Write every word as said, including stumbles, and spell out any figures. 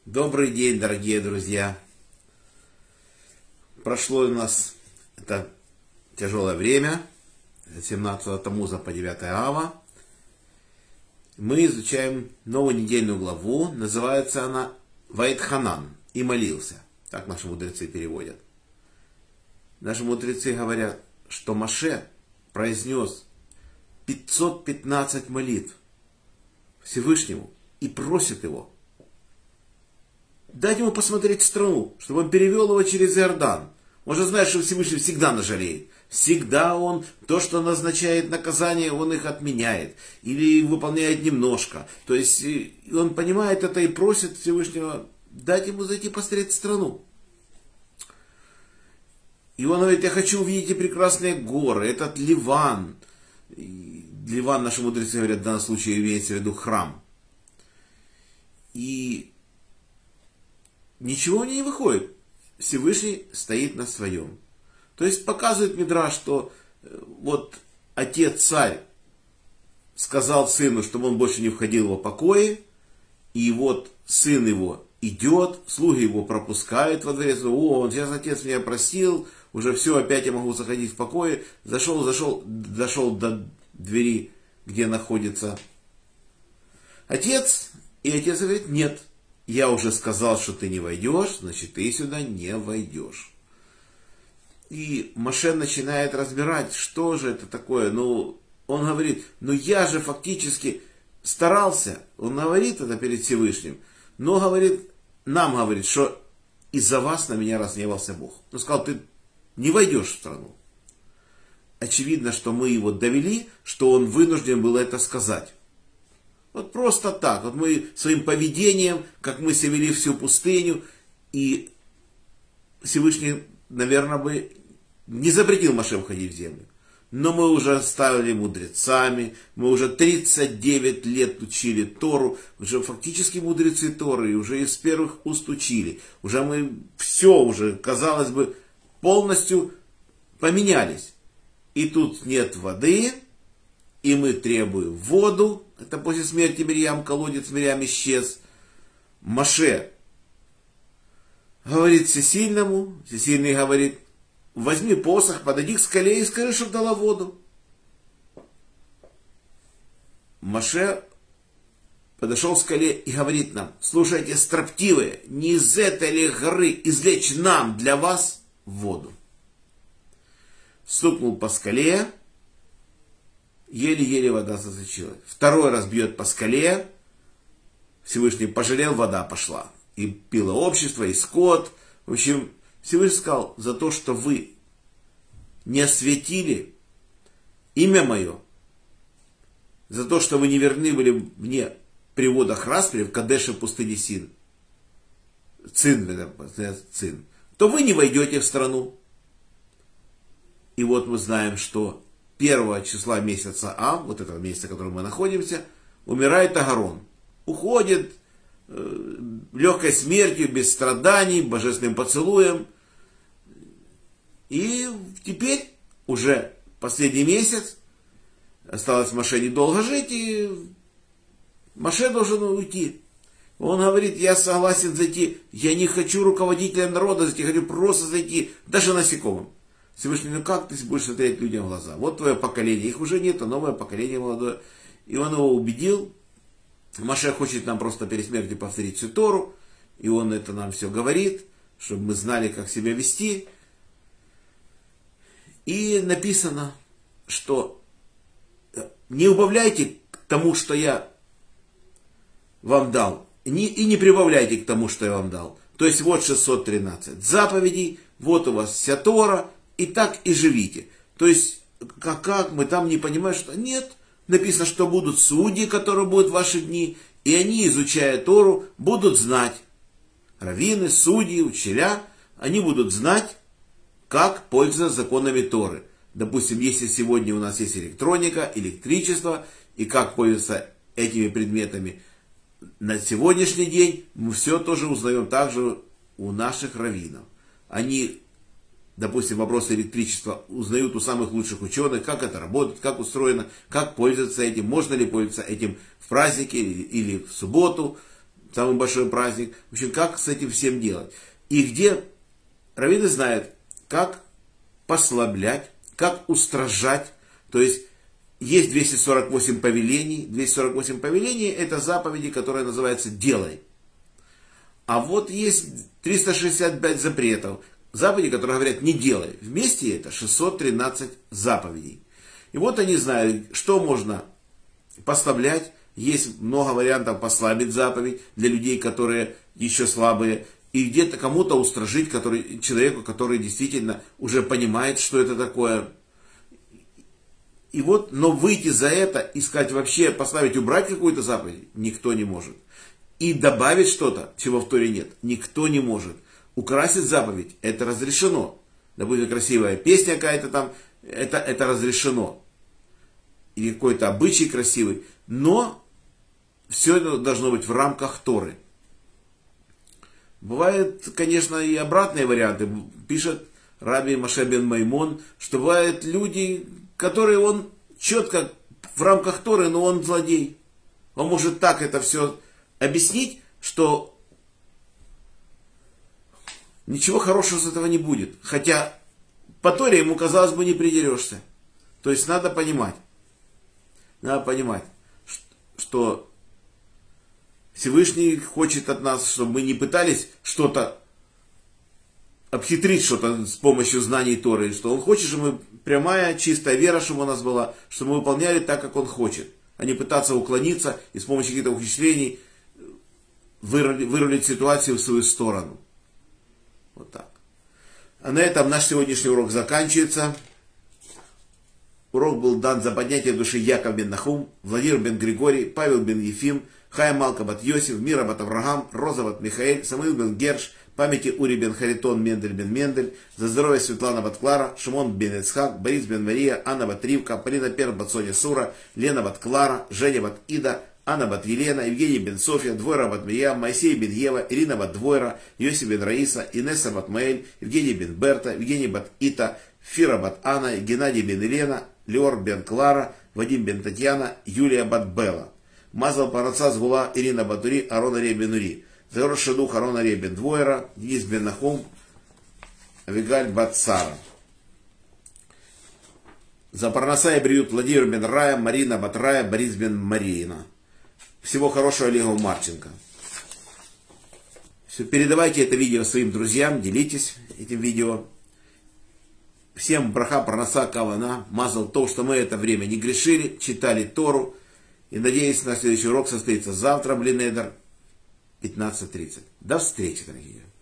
Добрый день, дорогие друзья! Прошло у нас это тяжелое время, с семнадцатого Таммуза по девятое Ава. Мы изучаем новую недельную главу, называется она Ваэтханан, и молился. Так наши мудрецы переводят. Наши мудрецы говорят, что Моше произнес пятьсот пятнадцать молитв Всевышнему и просит его дать ему посмотреть страну, чтобы он перевел его через Иордан. Он же знает, что Всевышний всегда нажалеет. Всегда он то, что назначает наказание, он их отменяет. Или выполняет немножко. То есть он понимает это и просит Всевышнего дать ему зайти посмотреть страну. И он говорит, я хочу увидеть эти прекрасные горы, этот Ливан. Ливан, наши мудрецы говорят, в данном случае имеется в виду храм. И ничего у него не выходит. Всевышний стоит на своем. То есть показывает Мидраш, что вот отец царь сказал сыну, чтобы он больше не входил в его покои. И вот сын его идет, слуги его пропускают во дворец. О, он сейчас отец меня простил, уже все, опять я могу заходить в покое. Зашел, зашел, дошел до двери, где находится отец. И отец говорит, нет. Я уже сказал, что ты не войдешь, значит, ты сюда не войдешь. И Моше начинает разбирать, что же это такое. Ну, он говорит, ну я же фактически старался. Он говорит это перед Всевышним. Но говорит, нам говорит, что из-за вас на меня разгневался Бог. Он сказал, ты не войдешь в страну. Очевидно, что мы его довели, что он вынужден был это сказать. Вот просто так. Вот мы своим поведением, как мы себя вели всю пустыню, и Всевышний, наверное, бы не запретил Моше входить в землю. Но мы уже стали мудрецами, мы уже тридцать девять лет учили Тору, уже фактически мудрецы Торы, и уже из первых уст учили. Уже мы все уже, казалось бы, полностью поменялись. И тут нет воды, и мы требуем воду. Это после смерти Мирьям, колодец Мирьям исчез. Моше говорит всесильному, всесильный говорит, возьми посох, подойди к скале и скажи, чтобы дала воду. Моше подошел к скале и говорит нам, слушайте, строптивые, не из этой ли горы извлечь нам для вас воду? Стукнул по скале, еле-еле вода засочилась. Второй раз бьет по скале. Всевышний пожалел, вода пошла. И пило общество, и скот. В общем, Всевышний сказал, за то, что вы не осветили имя мое, за то, что вы не верны были мне при водах Распри, в Кадеше в пустыне Син, Цин, Цин, то вы не войдете в страну. И вот мы знаем, что первого числа месяца Ав, вот этого месяца, в котором мы находимся, умирает Агарон. Уходит э, легкой смертью, без страданий, божественным поцелуем. И теперь уже последний месяц, осталось Моше недолго жить, и Моше должен уйти. Он говорит, я согласен зайти, я не хочу руководителя народа зайти, хочу просто зайти, даже насекомым. Всевышний, ну как ты будешь смотреть людям в глаза? Вот твое поколение, их уже нет, а новое поколение молодое. И он его убедил. Моше хочет нам просто перед смертью повторить всю Тору. И он это нам все говорит, чтобы мы знали, как себя вести. И написано, что не убавляйте к тому, что я вам дал. И не прибавляйте к тому, что я вам дал. То есть вот шестьсот тринадцать заповедей, вот у вас вся Тора. И так и живите. То есть, как, как мы там не понимаем, что нет. Написано, что будут судьи, которые будут в ваши дни. И они, изучая Тору, будут знать. Раввины, судьи, учителя. Они будут знать, как пользоваться законами Торы. Допустим, если сегодня у нас есть электроника, электричество. И как пользоваться этими предметами на сегодняшний день. Мы все тоже узнаем также у наших раввинов. Они... Допустим, вопросы электричества узнают у самых лучших ученых, как это работает, как устроено, как пользоваться этим, можно ли пользоваться этим в праздники или в субботу. самый большой праздник. В общем, как с этим всем делать? И где раввины знают, как послаблять, как устражать. То есть, есть двести сорок восемь повелений. двести сорок восемь повелений это заповеди, которые называются «делай». А вот есть триста шестьдесят пять запретов. Заповеди, которые говорят «не делай». Вместе это шестьсот тринадцать заповедей. И вот они знают, что можно послаблять. Есть много вариантов послабить заповедь для людей, которые еще слабые. И где-то кому-то устражить который, человеку, который действительно уже понимает, что это такое. И вот, но выйти за это и сказать вообще, поставить, убрать какую-то заповедь, никто не может. И добавить что-то, чего в Торе нет, никто не может. Украсить заповедь, это разрешено. Допустим, красивая песня какая-то там, это, это разрешено. Или какой-то обычай красивый. Но все это должно быть в рамках Торы. Бывают, конечно, и обратные варианты. Пишет Раби Моше бен Маймон, что бывают люди, которые он четко в рамках Торы, но он злодей. Он может так это все объяснить, что ничего хорошего с этого не будет. Хотя по Торе ему, казалось бы, не придерешься. То есть надо понимать. Надо понимать, что Всевышний хочет от нас, чтобы мы не пытались что-то обхитрить, что-то с помощью знаний Торы. Что Он хочет, чтобы мы прямая, чистая вера, чтобы у нас была, чтобы мы выполняли так, как Он хочет. А не пытаться уклониться и с помощью каких-то ухищрений вырулить, вырулить ситуацию в свою сторону. Вот так. А на этом наш сегодняшний урок заканчивается. Урок был дан за поднятие души Яков бен Нахум, Владимир бен Григорий, Павел бен Ефим, Хая Малка бат Йосиф, Мира бат Авраам, Роза бат Михаэль, Самуил бен Герш, памяти Ури бен Харитон, Мендель бен Мендель, за здоровье Светлана бат Клара, Шимон бен Ицхак, Борис бен Мария, Анна бат Ривка, Полина Пер бат Соня Сура, Лена бат Клара, Женя бат Ида, Анна бат Елена, Евгений бен Софья, Двойра бат Мирьям, Моисей бен Ева, Ирина бат Двойра, Йосиф бен Раиса, Инесса бат Маэль, Евгений бен Берта, Евгений бат Ита, Фира бат Анна, Геннадий бен Елена, Леор бен Клара, Вадим бен Татьяна, Юлия бат Белла. Мазал параца сгула Ирина Батури, Арона Рей бен Ури. За дух Арона Рей бен Двойра, Денис бен Нахум, Авигаль бат Сара. За парнаса и бриют Владимир бен Рая, Марина бат Рая, Борис бен Марина. Всего хорошего, Олегу Марченко. Все, передавайте это видео своим друзьям, делитесь этим видео. Всем браха, парнаса, кавана, мазал то, что мы это время не грешили, читали Тору. И надеюсь, наш следующий урок состоится завтра, блин, эдер, пятнадцать тридцать. До встречи, дорогие.